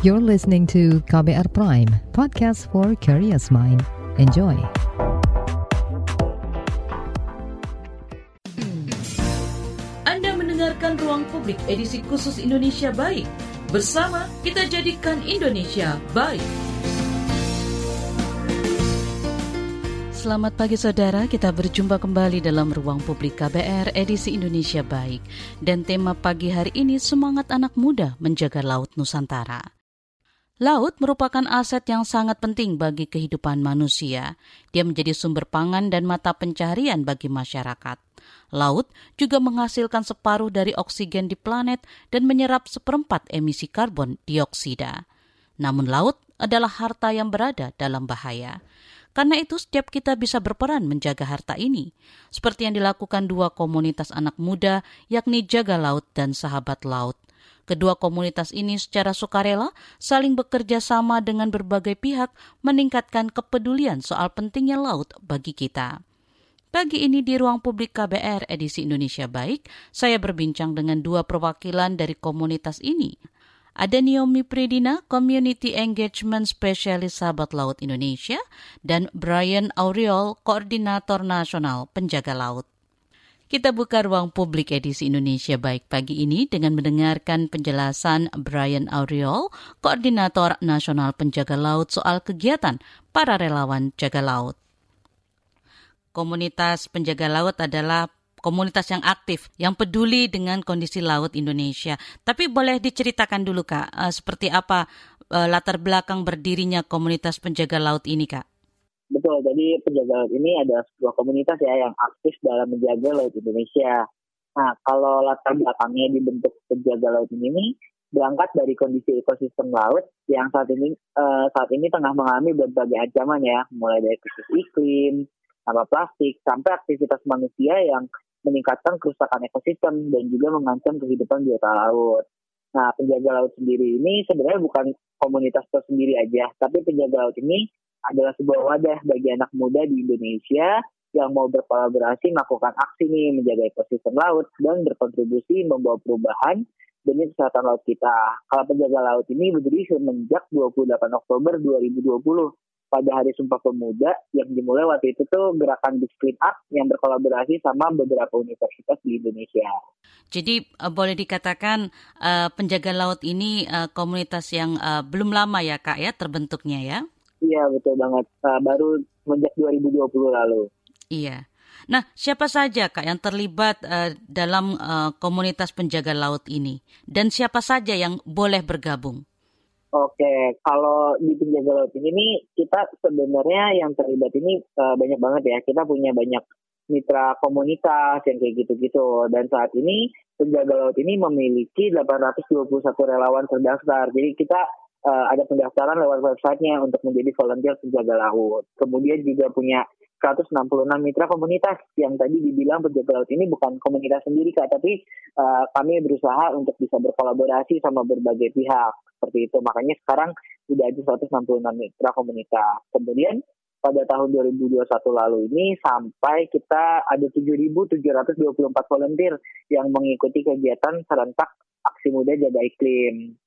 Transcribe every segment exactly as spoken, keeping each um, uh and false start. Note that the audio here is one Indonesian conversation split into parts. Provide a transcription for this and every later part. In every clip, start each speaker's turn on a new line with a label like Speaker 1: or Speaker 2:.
Speaker 1: You're listening to K B R Prime, podcast for curious mind. Enjoy.
Speaker 2: Anda mendengarkan Ruang Publik edisi khusus Indonesia Baik. Bersama kita jadikan Indonesia baik. Selamat pagi saudara, kita berjumpa kembali dalam Ruang Publik K B R edisi Indonesia Baik. Dan tema pagi hari ini semangat anak muda menjaga Laut Nusantara. Laut merupakan aset yang sangat penting bagi kehidupan manusia. Dia menjadi sumber pangan dan mata pencaharian bagi masyarakat. Laut juga menghasilkan separuh dari oksigen di planet dan menyerap seperempat emisi karbon dioksida. Namun laut adalah harta yang berada dalam bahaya. Karena itu setiap kita bisa berperan menjaga harta ini. Seperti yang dilakukan dua komunitas anak muda, yakni Jaga Laut dan Sahabat Laut. Kedua komunitas ini secara sukarela saling bekerja sama dengan berbagai pihak meningkatkan kepedulian soal pentingnya laut bagi kita. Pagi ini di Ruang Publik K B R edisi Indonesia Baik, saya berbincang dengan dua perwakilan dari komunitas ini. Ada Naomi Pridina, Community Engagement Specialist Sahabat Laut Indonesia, dan Brian Auriol, Koordinator Nasional Penjaga Laut. Kita buka Ruang Publik edisi Indonesia Baik pagi ini dengan mendengarkan penjelasan Brian Auriol, Koordinator Nasional Penjaga Laut soal kegiatan para relawan jaga laut. Komunitas penjaga laut adalah komunitas yang aktif, yang peduli dengan kondisi laut Indonesia. Tapi boleh diceritakan dulu Kak, uh, seperti apa uh, latar belakang berdirinya komunitas penjaga laut ini Kak?
Speaker 3: Betul, jadi penjaga laut ini adalah sebuah komunitas ya yang aktif dalam menjaga laut Indonesia. Nah, kalau latar belakangnya dibentuk penjaga laut ini nih, berangkat dari kondisi ekosistem laut yang saat ini uh, saat ini tengah mengalami berbagai ancaman ya, mulai dari krisis iklim, sampah plastik, sampai aktivitas manusia yang meningkatkan kerusakan ekosistem dan juga mengancam kehidupan biota laut. Nah, penjaga laut sendiri ini sebenarnya bukan komunitas tersendiri aja, tapi penjaga laut ini adalah sebuah wadah bagi anak muda di Indonesia yang mau berkolaborasi melakukan aksi nih menjaga ekosistem laut dan berkontribusi membawa perubahan demi kesehatan laut kita. Kalau penjaga laut ini berdiri semenjak dua puluh delapan Oktober dua ribu dua puluh pada Hari Sumpah Pemuda yang dimulai waktu itu tuh gerakan Big Clean Up yang berkolaborasi sama beberapa universitas di Indonesia.
Speaker 2: Jadi uh, boleh dikatakan uh, penjaga laut ini uh, komunitas yang uh, belum lama ya Kak ya terbentuknya ya?
Speaker 3: Iya, betul banget. Uh, baru sejak dua ribu dua puluh lalu.
Speaker 2: Iya. Nah, siapa saja Kak yang terlibat uh, dalam uh, komunitas penjaga laut ini? Dan siapa saja yang boleh bergabung?
Speaker 3: Oke, kalau di penjaga laut ini nih, kita sebenarnya yang terlibat ini uh, banyak banget ya. Kita punya banyak mitra komunitas yang kayak gitu-gitu. Dan saat ini penjaga laut ini memiliki delapan ratus dua puluh satu relawan terdaftar. Jadi kita Uh, ada pendaftaran lewat websitenya untuk menjadi volunteer penjaga laut. Kemudian juga punya seratus enam puluh enam mitra komunitas yang tadi dibilang penjaga laut ini bukan komunitas sendiri Kak, tapi uh, kami berusaha untuk bisa berkolaborasi sama berbagai pihak seperti itu. Makanya sekarang sudah ada seratus enam puluh enam mitra komunitas. Kemudian pada tahun dua ribu dua puluh satu lalu ini sampai kita ada tujuh ribu tujuh ratus dua puluh empat volunteer yang mengikuti kegiatan serentak Aksi Muda Jaga Iklim.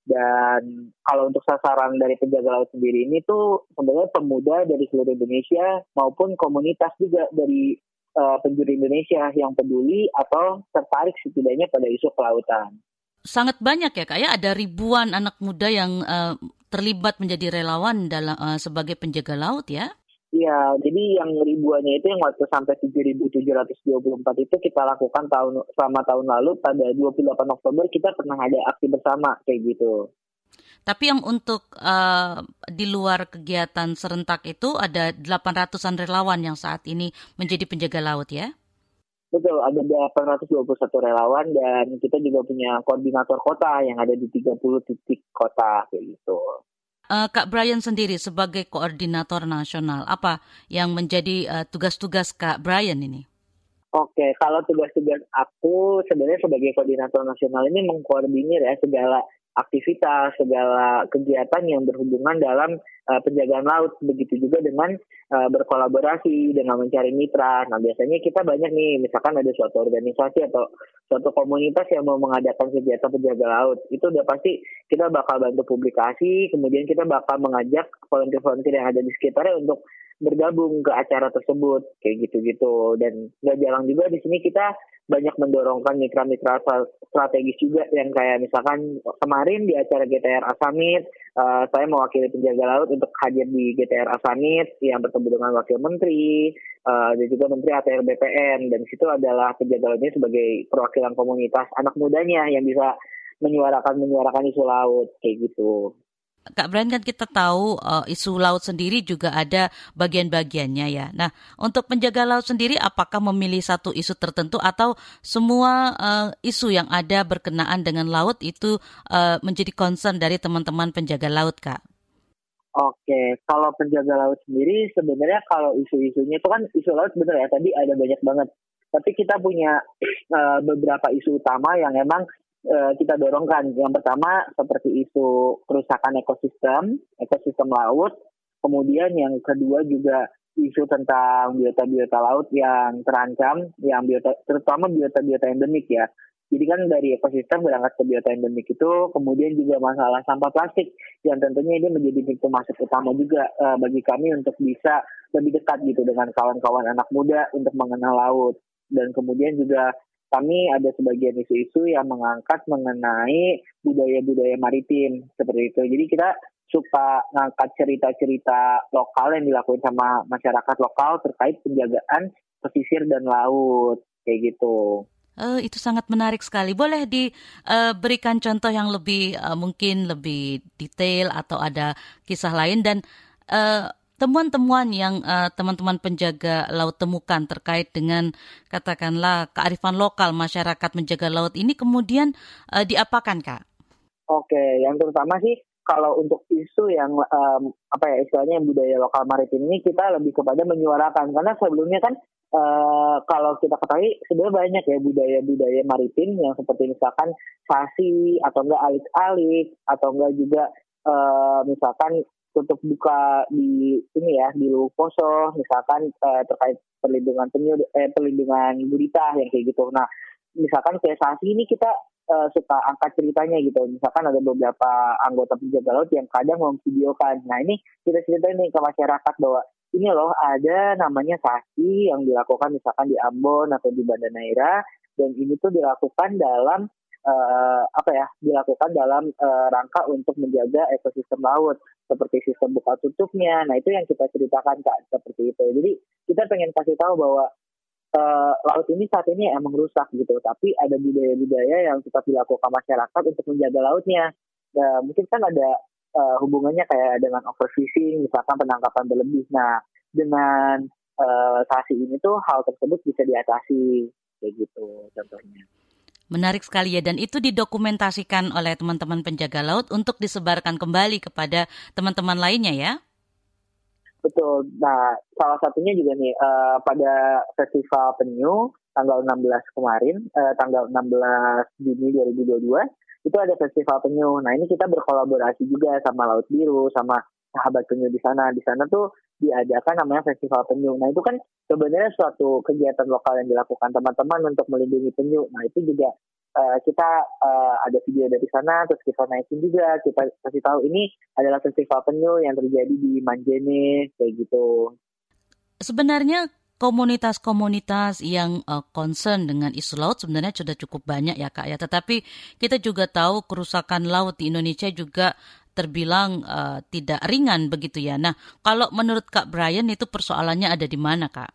Speaker 3: Dan kalau untuk sasaran dari penjaga laut sendiri ini tuh sebenarnya pemuda dari seluruh Indonesia maupun komunitas juga dari uh, penjuru Indonesia yang peduli atau tertarik setidaknya pada isu kelautan.
Speaker 2: Sangat banyak ya Kak ya, ada ribuan anak muda yang uh, terlibat menjadi relawan dalam uh, sebagai penjaga laut ya?
Speaker 3: Iya, jadi yang ribuannya itu yang waktu sampai tujuh ribu tujuh ratus dua puluh empat itu kita lakukan tahun selama tahun lalu pada dua puluh delapan Oktober kita pernah ada aksi bersama kayak gitu.
Speaker 2: Tapi yang untuk uh, di luar kegiatan serentak itu ada delapan ratusan relawan yang saat ini menjadi penjaga laut ya?
Speaker 3: Betul, ada delapan ratus dua puluh satu relawan dan kita juga punya koordinator kota yang ada di tiga puluh titik kota kayak gitu.
Speaker 2: Uh, Kak Brian sendiri sebagai koordinator nasional, apa yang menjadi uh, tugas-tugas Kak Brian ini?
Speaker 3: Oke, kalau tugas-tugas aku sebenarnya sebagai koordinator nasional ini mengkoordinir ya segala aktivitas, segala kegiatan yang berhubungan dalam uh, penjagaan laut. Begitu juga dengan uh, berkolaborasi, dengan mencari mitra. Nah, biasanya kita banyak nih, misalkan ada suatu organisasi atau suatu komunitas yang mau mengadakan kegiatan penjaga laut. Itu udah pasti kita bakal bantu publikasi, kemudian kita bakal mengajak volunteer-volunteer yang ada di sekitarnya untuk bergabung ke acara tersebut, kayak gitu-gitu. Dan nggak jarang juga di sini kita banyak mendorongkan mitra-mitra strategis juga yang kayak misalkan kemarin di acara G T R A Summit, uh, saya mewakili penjaga laut untuk hadir di G T R A Summit yang bertemu dengan Wakil Menteri, uh, dan juga Menteri A T R B P N, dan situ adalah penjaga lautnya sebagai perwakilan komunitas anak mudanya yang bisa menyuarakan menyuarakan isu laut, kayak gitu.
Speaker 2: Kak Brian, kan kita tahu uh, isu laut sendiri juga ada bagian-bagiannya ya. Nah, untuk penjaga laut sendiri apakah memilih satu isu tertentu atau semua uh, isu yang ada berkenaan dengan laut itu uh, menjadi concern dari teman-teman penjaga laut, Kak?
Speaker 3: Oke, kalau penjaga laut sendiri sebenarnya kalau isu-isunya itu kan isu laut benar ya, tadi ada banyak banget. Tapi kita punya uh, beberapa isu utama yang emang kita dorongkan. Yang pertama seperti isu kerusakan ekosistem, ekosistem laut. Kemudian yang kedua juga isu tentang biota-biota laut yang terancam, yang biota, terutama biota-biota endemik ya. Jadi kan dari ekosistem berangkat ke biota endemik itu, kemudian juga masalah sampah plastik yang tentunya ini menjadi pintu masuk utama juga uh, bagi kami untuk bisa lebih dekat gitu dengan kawan-kawan anak muda untuk mengenal laut. Dan kemudian juga kami ada sebagian isu-isu yang mengangkat mengenai budaya-budaya maritim seperti itu. Jadi kita suka ngangkat cerita-cerita lokal yang dilakukan sama masyarakat lokal terkait penjagaan pesisir dan laut, kayak gitu.
Speaker 2: Uh, itu sangat menarik sekali. Boleh diberikan uh, contoh yang lebih uh, mungkin lebih detail atau ada kisah lain dan uh, temuan-temuan yang uh, teman-teman penjaga laut temukan terkait dengan katakanlah kearifan lokal masyarakat menjaga laut ini kemudian uh, diapakan, Kak?
Speaker 3: Oke, yang terutama sih kalau untuk isu yang um, apa ya istilahnya budaya lokal maritim ini kita lebih kepada menyuarakan, karena sebelumnya kan uh, kalau kita ketahui sebenarnya banyak ya budaya-budaya maritim yang seperti misalkan sasi atau enggak alik-alik atau enggak juga uh, misalkan tutup buka di ini ya di Luwu Poso misalkan uh, terkait perlindungan penyu eh perlindungan gurita yang kayak gitu. Nah, misalkan kayak sasi ini kita uh, suka angkat ceritanya gitu. Misalkan ada beberapa anggota penjaga laut yang kadang memvideokan. Nah, ini kita ceritain nih ke masyarakat bahwa ini loh ada namanya sasi yang dilakukan misalkan di Ambon atau di Banda Neira, dan ini tuh dilakukan dalam Uh, apa ya dilakukan dalam uh, rangka untuk menjaga ekosistem laut seperti sistem buka tutupnya. Nah, itu yang kita ceritakan, Kak, seperti itu. Jadi kita pengen kasih tahu bahwa uh, laut ini saat ini emang rusak gitu, tapi ada budaya-budaya yang tetap dilakukan masyarakat untuk menjaga lautnya. Nah, mungkin kan ada uh, hubungannya kayak dengan overfishing, misalkan penangkapan berlebih. Nah, dengan uh, sasi ini tuh hal tersebut bisa diatasi kayak gitu contohnya.
Speaker 2: Menarik sekali ya, dan itu didokumentasikan oleh teman-teman penjaga laut untuk disebarkan kembali kepada teman-teman lainnya ya?
Speaker 3: Betul. Nah, salah satunya juga nih uh, pada Festival Penyu tanggal enam belas kemarin, uh, tanggal enam belas Juni dua ribu dua puluh dua, itu ada Festival Penyu. Nah, ini kita berkolaborasi juga sama Laut Biru, sama sahabat penyu di sana. Di sana tuh diadakan namanya Festival Penyu. Nah, itu kan sebenarnya suatu kegiatan lokal yang dilakukan teman-teman untuk melindungi penyu. Nah, itu juga uh, kita uh, ada video dari sana, terus kita naikin juga, kita kasih tahu ini adalah Festival Penyu yang terjadi di Manjene, kayak gitu.
Speaker 2: Sebenarnya komunitas-komunitas yang uh, concern dengan isu laut sebenarnya sudah cukup banyak ya, Kak ya. Tetapi kita juga tahu kerusakan laut di Indonesia juga terbilang uh, tidak ringan begitu ya. Nah, kalau menurut Kak Brian itu persoalannya ada di mana, Kak?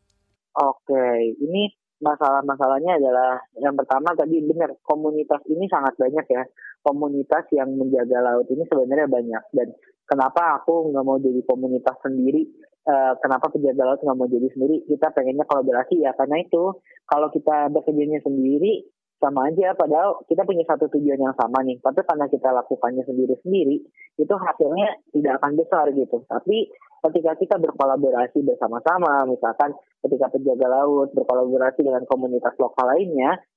Speaker 3: Oke, ini masalah-masalahnya adalah yang pertama tadi benar, komunitas ini sangat banyak ya. Komunitas yang menjaga laut ini sebenarnya banyak. Dan kenapa aku nggak mau jadi komunitas sendiri? Uh, kenapa penjaga laut nggak mau jadi sendiri? Kita pengennya kolaborasi ya, karena itu kalau kita bekerjanya sendiri sama aja, padahal kita punya satu tujuan yang sama nih. Tapi karena kita lakukannya sendiri-sendiri, itu hasilnya tidak akan besar gitu. Tapi ketika kita berkolaborasi bersama-sama, misalkan ketika penjaga laut berkolaborasi dengan komunitas lokal lainnya,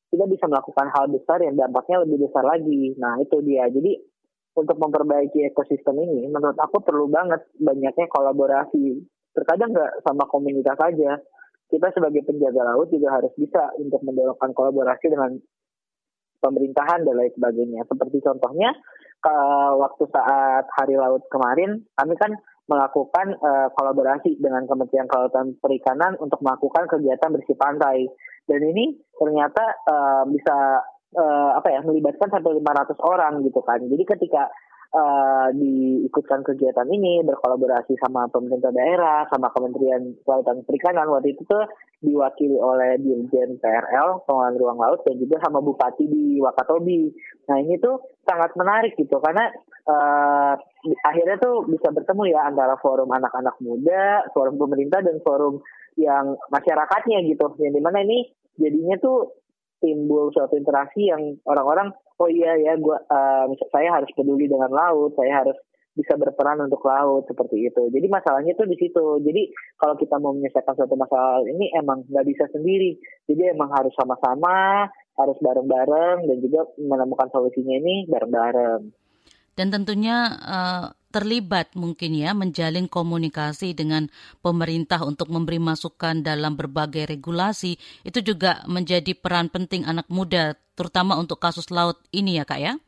Speaker 3: kita bisa melakukan hal besar yang dampaknya lebih besar lagi. Nah itu dia. Jadi untuk memperbaiki ekosistem ini, menurut aku perlu banget banyaknya kolaborasi. Terkadang nggak sama komunitas saja. Kita sebagai penjaga laut juga harus bisa untuk mendorongkan kolaborasi dengan pemerintahan dan lain sebagainya. Seperti contohnya, ke waktu saat Hari Laut kemarin, kami kan melakukan uh, kolaborasi dengan Kementerian Kelautan Perikanan untuk melakukan kegiatan bersih pantai. Dan ini ternyata uh, bisa uh, apa ya melibatkan sampai lima ratus orang gitu kan. Jadi ketika uh, diikutkan kegiatan ini, berkolaborasi sama pemerintah daerah, sama Kementerian Kelautan Perikanan, waktu itu tuh diwakili oleh Dirjen P R L, Pengelolaan Ruang Laut, dan juga sama Bupati di Wakatobi. Nah ini tuh sangat menarik gitu, karena uh, akhirnya tuh bisa bertemu ya antara forum anak-anak muda, forum pemerintah, dan forum yang masyarakatnya gitu. Yang dimana ini jadinya tuh timbul suatu interaksi yang orang-orang, oh iya ya, gua, uh, saya harus peduli dengan laut, saya harus bisa berperan untuk laut, seperti itu. Jadi masalahnya tuh di situ. Jadi kalau kita mau menyelesaikan suatu masalah ini emang nggak bisa sendiri. Jadi emang harus sama-sama, harus bareng-bareng, dan juga menemukan solusinya ini bareng-bareng.
Speaker 2: Dan tentunya uh, terlibat mungkin ya menjalin komunikasi dengan pemerintah untuk memberi masukan dalam berbagai regulasi. Itu juga menjadi peran penting anak muda, terutama untuk kasus laut ini ya Kak ya?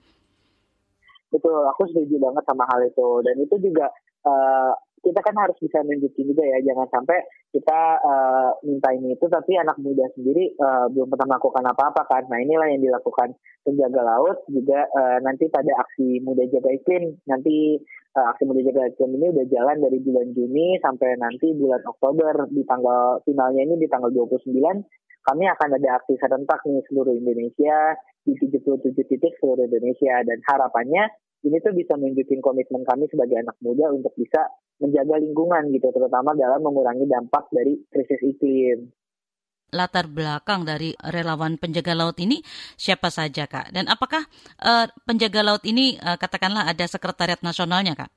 Speaker 3: Betul, aku setuju banget sama hal itu. Dan itu juga uh, kita kan harus bisa nunjukin juga ya, jangan sampai kita uh, minta ini itu tapi anak muda sendiri uh, belum pernah melakukan apa-apa kan. Nah inilah yang dilakukan penjaga laut juga uh, nanti pada aksi Muda Jaga Iklim. Nanti uh, aksi Muda Jaga Iklim ini udah jalan dari bulan Juni sampai nanti bulan Oktober. Di tanggal finalnya ini di tanggal dua puluh sembilan kami akan ada aksi serentak nih seluruh Indonesia, di tujuh puluh tujuh titik seluruh Indonesia, dan harapannya ini tuh bisa menunjukkan komitmen kami sebagai anak muda untuk bisa menjaga lingkungan gitu, terutama dalam mengurangi dampak dari krisis iklim.
Speaker 2: Latar belakang dari relawan penjaga laut ini siapa saja Kak? Dan apakah uh, penjaga laut ini uh, katakanlah ada sekretariat nasionalnya Kak?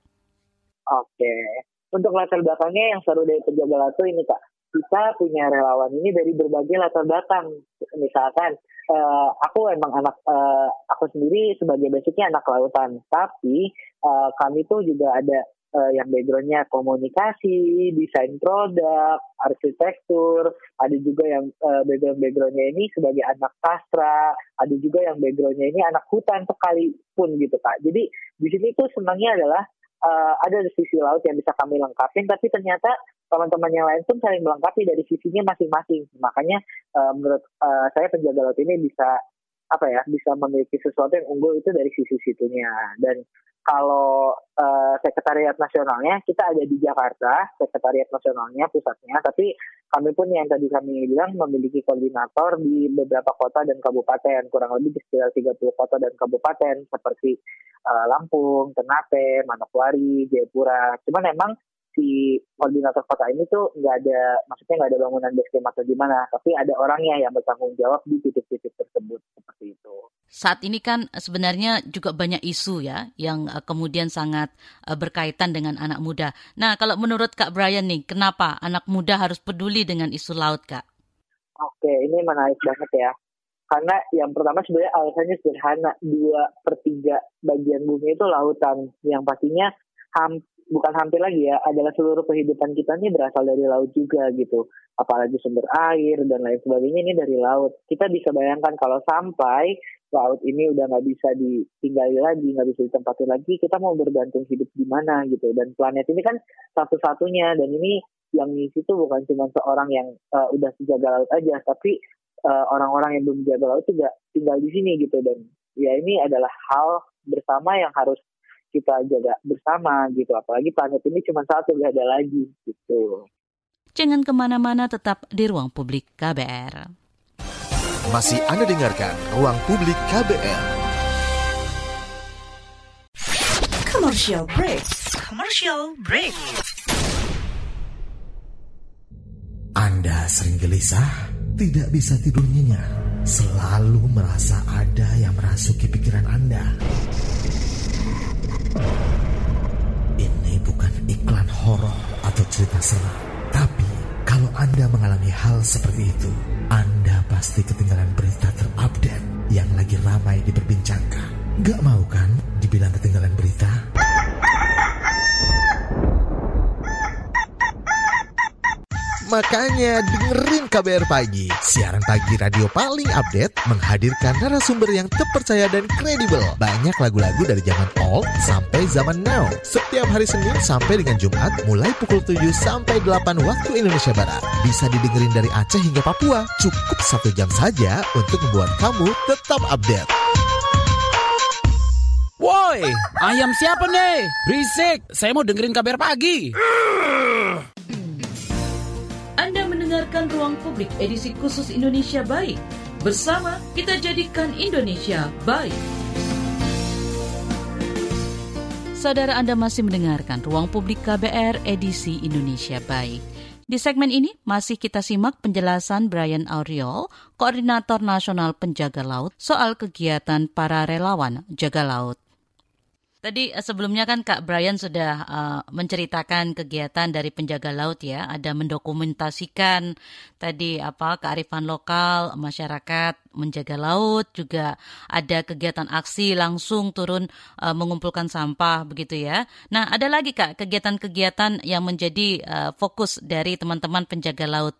Speaker 3: Oke, untuk latar belakangnya yang seru dari penjaga laut ini Kak, kita punya relawan ini dari berbagai latar belakang. Misalkan uh, aku emang anak, uh, aku sendiri sebagai basicnya anak kelautan, tapi uh, kami tuh juga ada uh, yang backgroundnya komunikasi, desain produk, arsitektur, ada juga yang uh, background-backgroundnya ini sebagai anak sastra, ada juga yang backgroundnya ini anak hutan sekalipun gitu Kak. Jadi di sini tuh senangnya adalah uh, ada sisi laut yang bisa kami lengkapin, tapi ternyata teman-teman yang lain pun saling melengkapi dari sisinya masing-masing. Makanya uh, menurut uh, saya penjaga laut ini bisa apa ya bisa memiliki sesuatu yang unggul itu dari sisi situnya. Dan kalau uh, sekretariat nasionalnya kita ada di Jakarta, sekretariat nasionalnya pusatnya, tapi kami pun yang tadi kami bilang memiliki koordinator di beberapa kota dan kabupaten, kurang lebih di sekitar tiga puluh kota dan kabupaten seperti uh, Lampung, Ternate, Manokwari, Jayapura. Cuman emang si koordinator kota ini tuh nggak ada, maksudnya nggak ada bangunan base camp atau gimana, tapi ada orangnya yang bertanggung jawab di titik-titik tersebut, seperti itu.
Speaker 2: Saat ini kan sebenarnya juga banyak isu ya yang uh, kemudian sangat uh, berkaitan dengan anak muda. Nah kalau menurut Kak Brian nih, kenapa anak muda harus peduli dengan isu laut Kak?
Speaker 3: Oke, ini menarik banget ya. Karena yang pertama sebenarnya alasannya sederhana, dua per tiga bagian bumi itu lautan, yang pastinya hampir bukan hampir lagi ya, adalah seluruh kehidupan kita ini berasal dari laut juga gitu. Apalagi sumber air dan lain sebagainya ini dari laut. Kita bisa bayangkan kalau sampai laut ini udah nggak bisa ditinggali lagi, nggak bisa ditempatin lagi, kita mau bergantung hidup di mana gitu. Dan planet ini kan satu-satunya, dan ini yang ngisi itu bukan cuma seorang yang uh, udah jaga laut aja, tapi uh, orang-orang yang belum jaga laut juga tinggal di sini gitu. Dan ya ini adalah hal bersama yang harus kita jaga bersama gitu, apalagi planet ini cuma satu, gak ada lagi gitu.
Speaker 2: Jangan kemana-mana, tetap di Ruang Publik K B R.
Speaker 4: Masih Anda dengarkan Ruang Publik K B R.
Speaker 5: Commercial break. Commercial break.
Speaker 6: Anda sering gelisah, tidak bisa tidur nyenyak, selalu merasa ada yang merasuki pikiran Anda. Ini bukan iklan horor atau cerita seram, tapi kalau Anda mengalami hal seperti itu, Anda pasti ketinggalan berita terupdate yang lagi ramai diperbincangkan. Gak mau kan dibilang ketinggalan berita?
Speaker 4: Makanya dengerin K B R Pagi, siaran pagi radio paling update, menghadirkan narasumber yang terpercaya dan kredibel. Banyak lagu-lagu dari zaman old sampai zaman now. Setiap hari Senin sampai dengan Jumat, mulai pukul tujuh sampai delapan waktu Indonesia Barat. Bisa didengerin dari Aceh hingga Papua. Cukup satu jam saja untuk membuat kamu tetap update.
Speaker 7: Woi, ayam siapa nih? Berisik, saya mau dengerin K B R Pagi.
Speaker 2: Anda mendengarkan Ruang Publik edisi khusus Indonesia Baik. Bersama kita jadikan Indonesia baik. Saudara, Anda masih mendengarkan Ruang Publik K B R edisi Indonesia Baik. Di segmen ini masih kita simak penjelasan Brian Auriol, Koordinator Nasional Penjaga Laut, soal kegiatan para relawan jaga laut. Tadi sebelumnya kan Kak Brian sudah uh, menceritakan kegiatan dari penjaga laut ya, ada mendokumentasikan tadi apa kearifan lokal masyarakat menjaga laut, juga ada kegiatan aksi langsung turun uh, mengumpulkan sampah begitu ya. Nah, ada lagi Kak kegiatan-kegiatan yang menjadi uh, fokus dari teman-teman penjaga laut.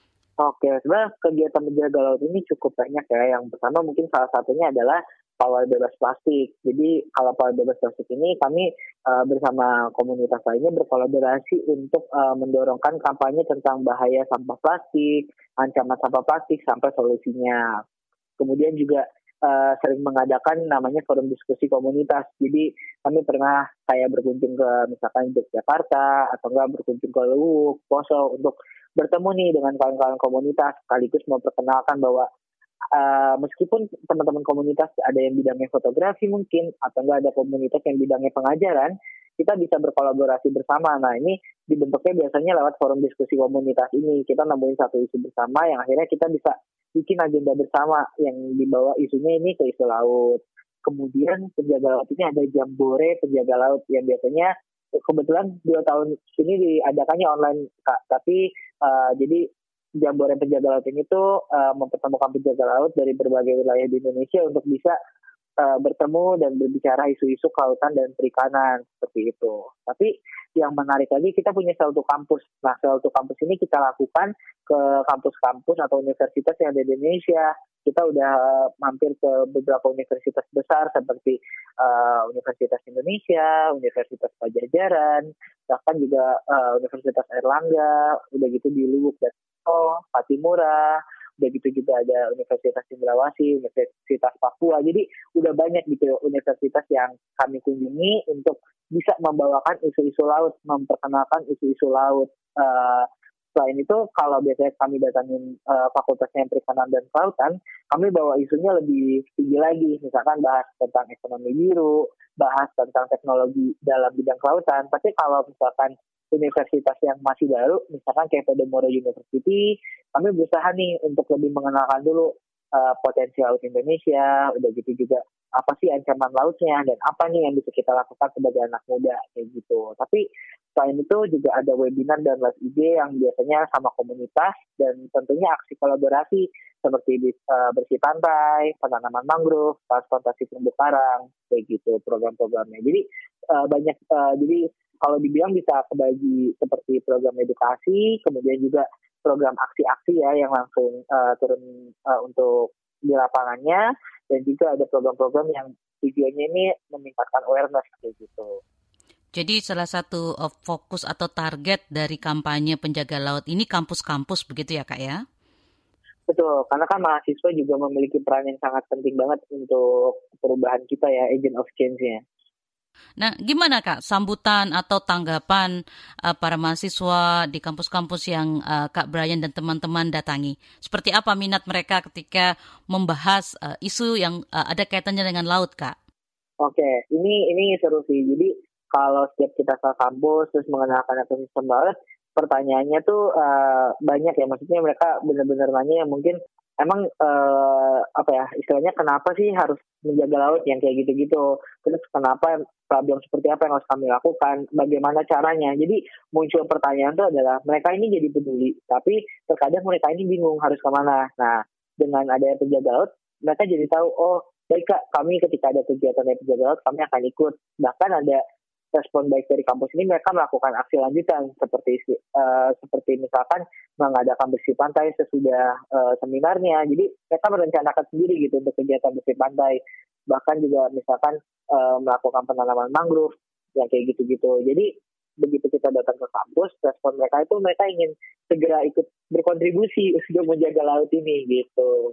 Speaker 3: Oke, sebenarnya kegiatan penjaga laut ini cukup banyak ya. Yang pertama mungkin salah satunya adalah pawai bebas plastik. Jadi kalau pawai bebas plastik ini kami uh, bersama komunitas lainnya berkolaborasi untuk uh, mendorongkan kampanye tentang bahaya sampah plastik, ancaman sampah plastik sampai solusinya. Kemudian juga uh, sering mengadakan namanya forum diskusi komunitas. Jadi kami pernah kayak berkunjung ke misalkan Yogyakarta atau enggak berkunjung ke Luwuk, Poso untuk bertemu nih dengan kawan-kawan komunitas, sekaligus memperkenalkan bahwa Uh, meskipun teman-teman komunitas ada yang bidangnya fotografi mungkin, atau enggak ada komunitas yang bidangnya pengajaran, kita bisa berkolaborasi bersama. Nah, ini dibentuknya biasanya lewat forum diskusi komunitas ini. Kita nemuin satu isu bersama yang akhirnya kita bisa bikin agenda bersama yang dibawa isunya ini ke isu laut. Kemudian penjaga laut ini ada Jambore penjaga laut yang biasanya kebetulan dua tahun ini diadakannya online, Kak. Tapi uh, jadi Jambore penjaga laut ini tuh uh, mempertemukan penjaga laut dari berbagai wilayah di Indonesia untuk bisa uh, bertemu dan berbicara isu-isu kelautan dan perikanan seperti itu. Tapi yang menarik lagi kita punya satu kampus. Nah, satu kampus ini kita lakukan ke kampus-kampus atau universitas yang ada di Indonesia. Kita udah mampir ke beberapa universitas besar seperti uh, Universitas Indonesia, Universitas Pajajaran, bahkan juga uh, Universitas Airlangga, udah gitu di Luwuk dan Patimura, udah gitu juga ada Universitas Cendrawasih, Universitas Papua. Jadi udah banyak gitu universitas yang kami kunjungi untuk bisa membawakan isu-isu laut, memperkenalkan isu-isu laut. Uh, selain itu, kalau biasanya kami datangin uh, fakultasnya perikanan dan kelautan, kami bawa isunya lebih tinggi lagi. Misalkan bahas tentang ekonomi biru, bahas tentang teknologi dalam bidang kelautan. Tapi kalau misalkan universitas yang masih baru, misalkan kayak Podomoro University, kami berusaha nih untuk lebih mengenalkan dulu uh, potensi laut Indonesia, udah gitu juga apa sih ancaman lautnya, dan apa nih yang bisa kita lakukan sebagai anak muda, kayak gitu. Tapi selain itu juga ada webinar dan live I G yang biasanya sama komunitas, dan tentunya aksi kolaborasi seperti uh, bersih pantai, penanaman mangrove, transplantasi terumbu karang, kayak gitu program-programnya. Jadi uh, banyak, uh, jadi kalau dibilang bisa kebagi seperti program edukasi, kemudian juga program aksi-aksi ya yang langsung uh, turun uh, untuk di lapangannya, dan juga ada program-program yang tujuannya ini meningkatkan awareness kayak gitu.
Speaker 2: Jadi salah satu uh, fokus atau target dari kampanye penjaga laut ini kampus-kampus begitu ya Kak ya?
Speaker 3: Betul, karena kan mahasiswa juga memiliki peran yang sangat penting banget untuk perubahan kita ya, agent of change-nya.
Speaker 2: Nah, gimana Kak sambutan atau tanggapan uh, para mahasiswa di kampus-kampus yang uh, Kak Brian dan teman-teman datangi? Seperti apa minat mereka ketika membahas uh, isu yang uh, ada kaitannya dengan laut, Kak?
Speaker 3: Oke, ini ini seru sih. Jadi kalau setiap kita ke kampus terus mengenalkan ekosistem laut, pertanyaannya tuh uh, banyak ya. Maksudnya mereka benar-benar nanya yang mungkin emang uh, apa ya istilahnya kenapa sih harus menjaga laut yang kayak gitu-gitu, terus kenapa problem seperti apa yang harus kami lakukan, bagaimana caranya. Jadi muncul pertanyaan itu adalah mereka ini jadi peduli, tapi terkadang mereka ini bingung harus kemana. Nah dengan adanya penjaga laut mereka jadi tahu, oh baik Kak, kami ketika ada kegiatan dari penjaga laut kami akan ikut. Bahkan ada respon baik dari kampus ini, mereka melakukan aksi lanjutan seperti uh, seperti misalkan mengadakan bersih pantai sesudah uh, seminarnya. Jadi mereka merencanakan sendiri gitu untuk kegiatan bersih pantai. Bahkan juga misalkan uh, melakukan penanaman mangrove yang kayak gitu-gitu. Jadi begitu kita datang ke kampus, respon mereka itu mereka ingin segera ikut berkontribusi untuk menjaga laut ini gitu.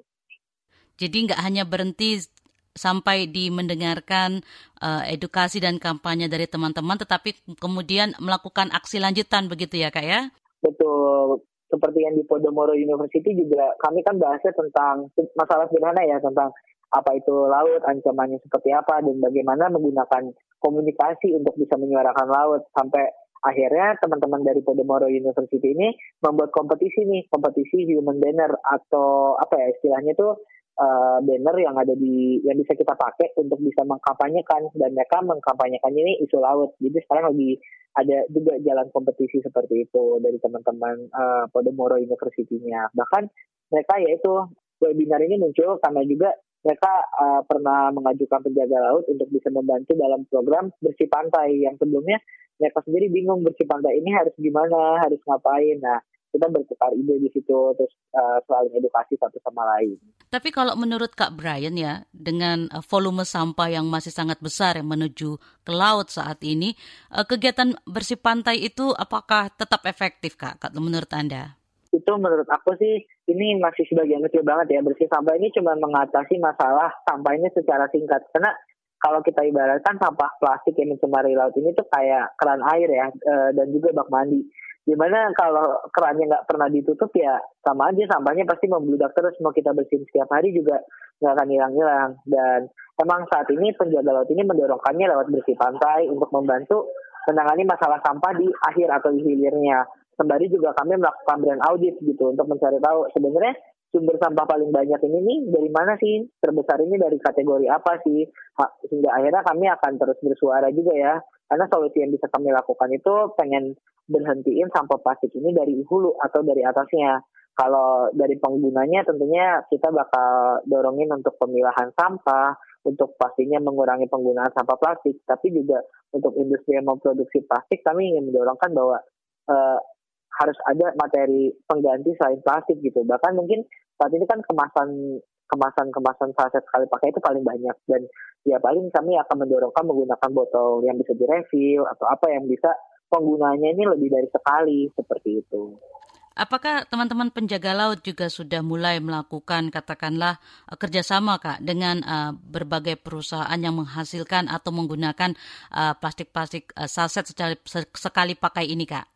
Speaker 2: Jadi nggak hanya berhenti sampai di mendengarkan uh, edukasi dan kampanye dari teman-teman, tetapi kemudian melakukan aksi lanjutan begitu ya Kak ya?
Speaker 3: Betul, seperti yang di Podomoro University juga kami kan bahasnya tentang masalah sederhana ya, tentang apa itu laut, ancamannya seperti apa, dan bagaimana menggunakan komunikasi untuk bisa menyuarakan laut. Sampai akhirnya teman-teman dari Podomoro University ini membuat kompetisi nih, kompetisi human banner atau apa ya istilahnya tuh, Uh, banner yang ada di yang bisa kita pakai untuk bisa mengkampanyekan, dan mereka mengkampanyekan ini isu laut. Jadi sekarang lagi ada juga jalan kompetisi seperti itu dari teman-teman uh, Podomoro University-nya. Bahkan mereka yaitu webinar ini muncul karena juga mereka uh, pernah mengajukan penjaga laut untuk bisa membantu dalam program bersih pantai yang sebelumnya mereka sendiri bingung bersih pantai ini harus gimana, harus ngapain. Nah kita bertukar ide di situ, terus uh, saling edukasi satu sama lain.
Speaker 2: Tapi kalau menurut Kak Brian ya, dengan uh, volume sampah yang masih sangat besar yang menuju ke laut saat ini, uh, kegiatan bersih pantai itu apakah tetap efektif Kak, menurut Anda?
Speaker 3: Itu menurut aku sih, ini masih sebagian kecil banget ya. Bersih sampah ini cuma mengatasi masalah sampah ini secara singkat. Karena kalau kita ibaratkan sampah plastik yang mencemari laut ini tuh kayak keran air ya, uh, dan juga bak mandi. Dimana kalau kerannya nggak pernah ditutup ya sama aja sampahnya pasti membludak terus, mau kita bersihin setiap hari juga nggak akan hilang-hilang. Dan emang saat ini penjaga laut ini mendorongkannya lewat bersih pantai untuk membantu menangani masalah sampah di akhir atau di hilirnya. Sembari juga kami melakukan brand audit gitu untuk mencari tahu sebenarnya sumber sampah paling banyak ini nih dari mana sih, terbesar ini dari kategori apa sih, hingga akhirnya kami akan terus bersuara juga ya. Karena solusi yang bisa kami lakukan itu pengen berhentiin sampah plastik ini dari hulu atau dari atasnya. Kalau dari penggunanya tentunya kita bakal dorongin untuk pemilahan sampah, untuk pastinya mengurangi penggunaan sampah plastik. Tapi juga untuk industri yang memproduksi plastik kami ingin mendorongkan bahwa uh, harus ada materi pengganti selain plastik gitu. Bahkan mungkin saat ini kan kemasan kemasan-kemasan saset sekali pakai itu paling banyak, dan ya paling kami akan mendorongkan menggunakan botol yang bisa direfill atau apa yang bisa penggunaannya ini lebih dari sekali seperti itu.
Speaker 2: Apakah teman-teman penjaga laut juga sudah mulai melakukan katakanlah kerjasama Kak dengan uh, berbagai perusahaan yang menghasilkan atau menggunakan uh, plastik-plastik uh, saset sekali, sekali pakai ini Kak?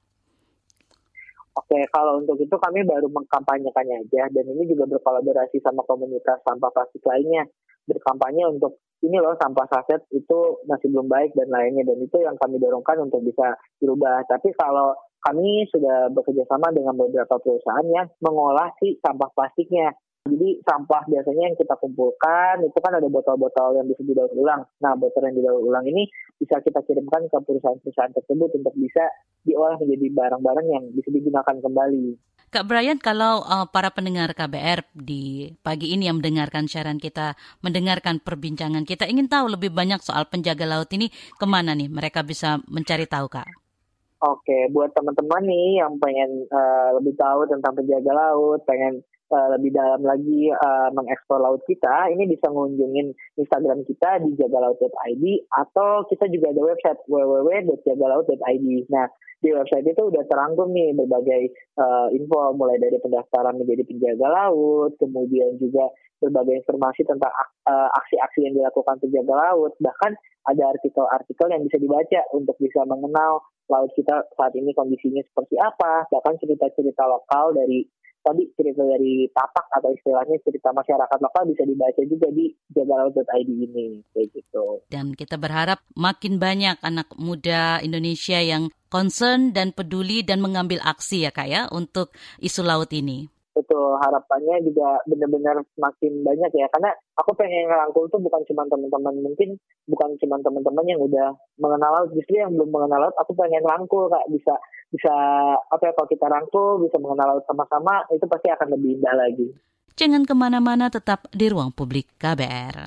Speaker 3: Oke, kalau untuk itu kami baru mengkampanyekannya aja, dan ini juga berkolaborasi sama komunitas sampah plastik lainnya, berkampanye untuk ini loh sampah saset itu masih belum baik dan lainnya, dan itu yang kami dorongkan untuk bisa dirubah. Tapi kalau kami sudah bekerja sama dengan beberapa perusahaan yang mengolah si sampah plastiknya. Jadi sampah biasanya yang kita kumpulkan itu kan ada botol-botol yang bisa didaur ulang. Nah, botol yang didaur ulang ini bisa kita kirimkan ke perusahaan-perusahaan tersebut untuk bisa diolah menjadi barang-barang yang bisa digunakan kembali.
Speaker 2: Kak Brian, kalau uh, para pendengar K B R di pagi ini yang mendengarkan siaran kita, mendengarkan perbincangan kita, ingin tahu lebih banyak soal penjaga laut ini, kemana nih mereka bisa mencari tahu Kak?
Speaker 3: Oke, buat teman-teman nih yang pengen uh, lebih tahu tentang penjaga laut, pengen uh, lebih dalam lagi uh, mengeksplor laut kita, ini bisa mengunjungin Instagram kita di jagalaut dot i d, atau kita juga ada website w w w dot jagalaut dot i d. Nah, di website itu udah terangkum nih berbagai uh, info, mulai dari pendaftaran menjadi penjaga laut, kemudian juga berbagai informasi tentang uh, aksi-aksi yang dilakukan penjaga laut, bahkan ada artikel-artikel yang bisa dibaca untuk bisa mengenal laut kita saat ini kondisinya seperti apa, bahkan cerita-cerita lokal dari tadi cerita dari tapak atau istilahnya cerita masyarakat lokal bisa dibaca juga di jagalaut dot i d ini, kayak gitu.
Speaker 2: Dan kita berharap makin banyak anak muda Indonesia yang concern dan peduli dan mengambil aksi ya Kak ya untuk isu laut ini.
Speaker 3: Betul. gitu. Harapannya juga benar-benar semakin banyak ya, karena aku pengen ngerangkul tuh bukan cuma teman-teman, mungkin bukan cuma teman-teman yang udah mengenal laut, justru yang belum mengenal laut aku pengen rangkul Kak, bisa bisa apa ya, kalau kita rangkul bisa mengenal laut sama-sama, itu pasti akan lebih indah lagi.
Speaker 2: Jangan kemana-mana, tetap di Ruang Publik K B R.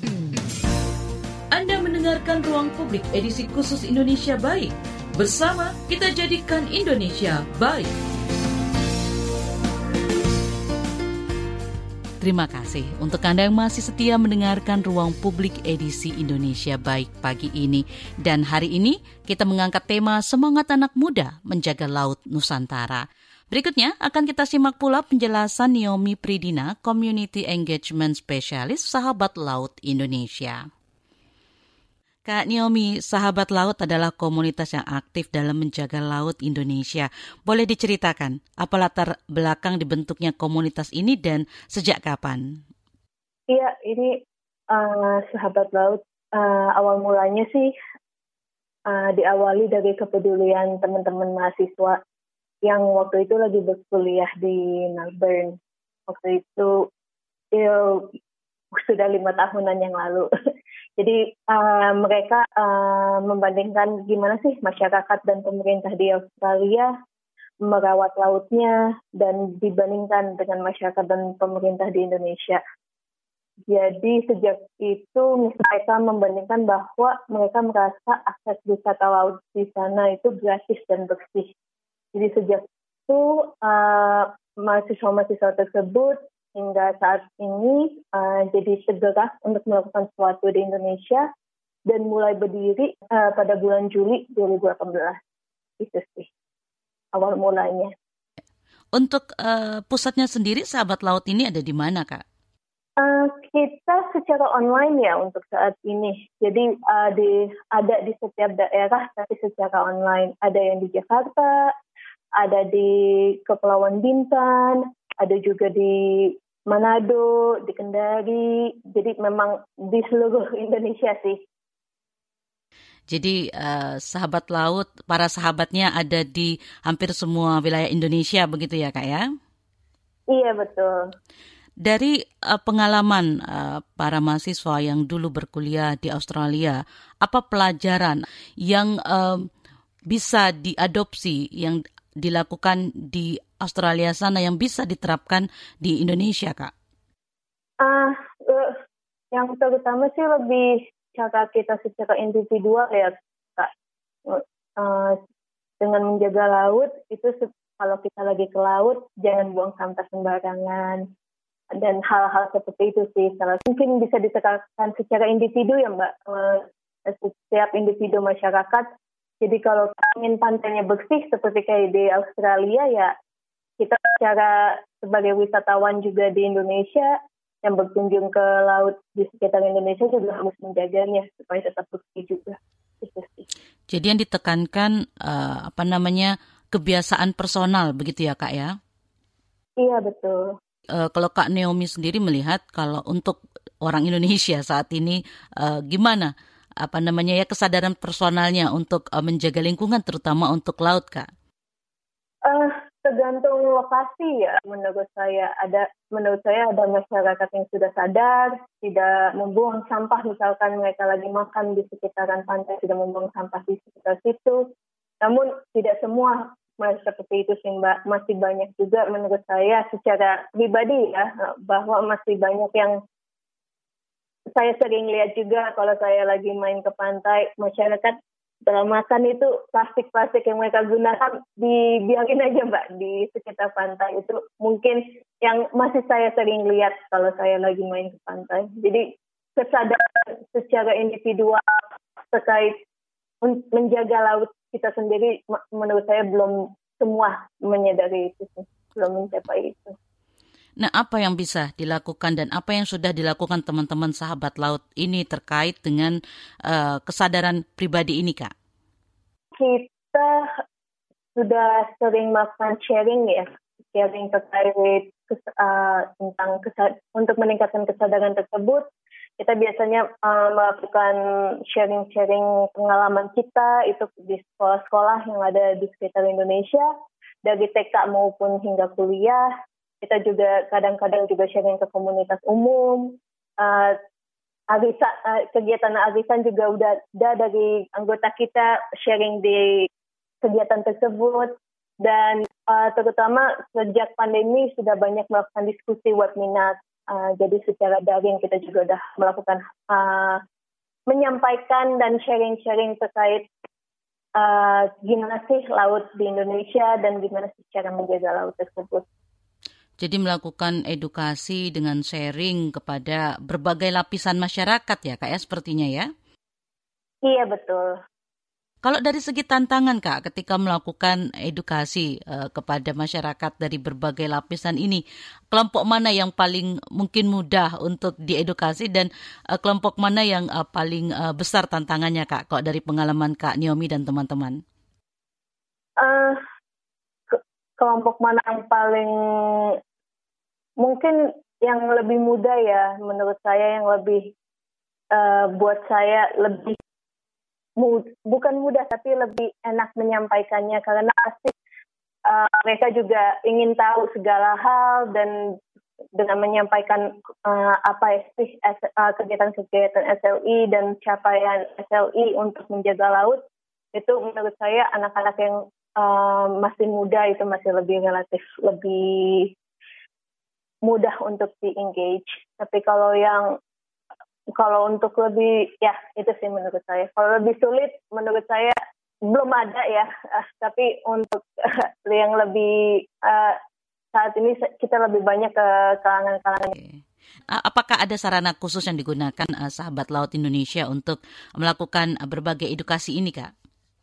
Speaker 2: Anda mendengarkan Ruang Publik edisi khusus Indonesia Baik. Bersama kita jadikan Indonesia baik. Terima kasih untuk Anda yang masih setia mendengarkan Ruang Publik edisi Indonesia Baik pagi ini. Dan hari ini kita mengangkat tema Semangat Anak Muda Menjaga Laut Nusantara. Berikutnya akan kita simak pula penjelasan Naomi Pridina, Community Engagement Specialist Sahabat Laut Indonesia. Kak Naomi, Sahabat Laut adalah komunitas yang aktif dalam menjaga laut Indonesia. Boleh diceritakan apa latar belakang dibentuknya komunitas ini dan sejak kapan?
Speaker 8: Iya, ini uh, Sahabat Laut uh, awal mulanya sih uh, diawali dari kepedulian teman-teman mahasiswa yang waktu itu lagi berkuliah di Melbourne. Waktu itu ya, sudah lima tahunan yang lalu. Jadi uh, mereka uh, membandingkan gimana sih masyarakat dan pemerintah di Australia merawat lautnya dan dibandingkan dengan masyarakat dan pemerintah di Indonesia. Jadi sejak itu mereka membandingkan bahwa mereka merasa akses wisata laut di sana itu gratis dan bersih. Jadi sejak itu uh, mahasiswa-mahasiswa tersebut hingga saat ini uh, jadi tergerak untuk melakukan sesuatu di Indonesia dan mulai berdiri uh, pada bulan Juli dua ribu delapan belas. Itu sih awal mulanya.
Speaker 2: Untuk uh, pusatnya sendiri Sahabat Laut ini ada di mana, Kak?
Speaker 8: Uh, kita secara online ya untuk saat ini. Jadi uh, di, ada di setiap daerah tapi secara online. Ada yang di Jakarta, ada di Kepulauan Bintan, ada juga di Manado, di Kendari, jadi memang di seluruh Indonesia sih.
Speaker 2: Jadi uh, Sahabat Laut, para sahabatnya ada di hampir semua wilayah Indonesia begitu ya Kak ya?
Speaker 8: Iya betul.
Speaker 2: Dari uh, pengalaman uh, para mahasiswa yang dulu berkuliah di Australia, apa pelajaran yang uh, bisa diadopsi, yang dilakukan di Australia sana yang bisa diterapkan di Indonesia, Kak?
Speaker 8: Uh, uh, yang terutama sih lebih cara kita secara individual ya, Kak. Uh, dengan menjaga laut, itu se- kalau kita lagi ke laut, jangan buang sampah sembarangan. Dan hal-hal seperti itu sih. Salah, mungkin bisa diterapkan secara individu ya, Mbak. Uh, setiap individu masyarakat. Jadi kalau ingin pantainya bersih seperti kayak di Australia ya, kita secara sebagai wisatawan juga di Indonesia yang berkunjung ke laut di sekitar Indonesia juga harus menjaganya supaya tetap bersih juga.
Speaker 2: Jadi yang ditekankan uh, apa namanya kebiasaan personal begitu ya Kak ya?
Speaker 8: Iya betul.
Speaker 2: Uh, kalau Kak Naomi sendiri melihat kalau untuk orang Indonesia saat ini uh, gimana apa namanya ya kesadaran personalnya untuk uh, menjaga lingkungan terutama untuk laut Kak?
Speaker 8: Uh, Tergantung lokasi ya, menurut saya ada menurut saya ada masyarakat yang sudah sadar tidak membuang sampah, misalkan mereka lagi makan di sekitaran pantai tidak membuang sampah di sekitar situ. Namun tidak semua masih seperti itu sih Mbak, masih banyak juga menurut saya secara pribadi ya bahwa masih banyak yang saya sering lihat juga kalau saya lagi main ke pantai masyarakat dalam makan itu plastik-plastik yang mereka gunakan dibiarin aja Mbak di sekitar pantai. Itu mungkin yang masih saya sering lihat kalau saya lagi main ke pantai. Jadi kesadaran secara individual terkait menjaga laut kita sendiri menurut saya belum semua menyadari itu sih, belum mencapai itu.
Speaker 2: Nah, apa yang bisa dilakukan dan apa yang sudah dilakukan teman-teman Sahabat Laut ini terkait dengan uh, kesadaran pribadi ini, Kak?
Speaker 8: Kita sudah sering melakukan sharing ya, sharing terkait uh, tentang kesad- untuk meningkatkan kesadaran tersebut. Kita biasanya uh, melakukan sharing-sharing pengalaman kita itu di sekolah-sekolah yang ada di sekitar Indonesia, dari T K maupun hingga kuliah. Kita juga kadang-kadang juga sharing ke komunitas umum. Uh, Arisan, uh, kegiatan arisan juga udah ada dari anggota kita sharing di kegiatan tersebut. Dan uh, terutama sejak pandemi sudah banyak melakukan diskusi webinar. Uh, jadi secara daring kita juga udah melakukan uh, menyampaikan dan sharing-sharing terkait uh, gimana sih laut di Indonesia dan gimana sih cara menjaga laut tersebut.
Speaker 2: Jadi melakukan edukasi dengan sharing kepada berbagai lapisan masyarakat ya Kak ya sepertinya ya?
Speaker 8: Iya betul.
Speaker 2: Kalau dari segi tantangan Kak ketika melakukan edukasi uh, kepada masyarakat dari berbagai lapisan ini, kelompok mana yang paling mungkin mudah untuk diedukasi dan uh, kelompok mana yang uh, paling uh, besar tantangannya Kak? Kok dari pengalaman Kak Naomi dan teman-teman?
Speaker 8: Uh, ke- kelompok mana yang paling mungkin yang lebih mudah ya menurut saya, yang lebih uh, buat saya lebih Mud, bukan mudah tapi lebih enak menyampaikannya karena pasti uh, mereka juga ingin tahu segala hal dan dengan menyampaikan uh, apa sih uh, kegiatan-kegiatan S L I dan capaian S L I untuk menjaga laut, itu menurut saya anak-anak yang uh, masih muda itu masih lebih relatif lebih mudah untuk di-engage. Tapi kalau yang Kalau untuk lebih, ya itu sih menurut saya. Kalau lebih sulit, menurut saya belum ada ya. Uh, tapi untuk uh, yang lebih uh, saat ini kita lebih banyak ke kalangan-kalangan.
Speaker 2: Okay. Apakah ada sarana khusus yang digunakan uh, Sahabat Laut Indonesia untuk melakukan uh, berbagai edukasi ini, Kak?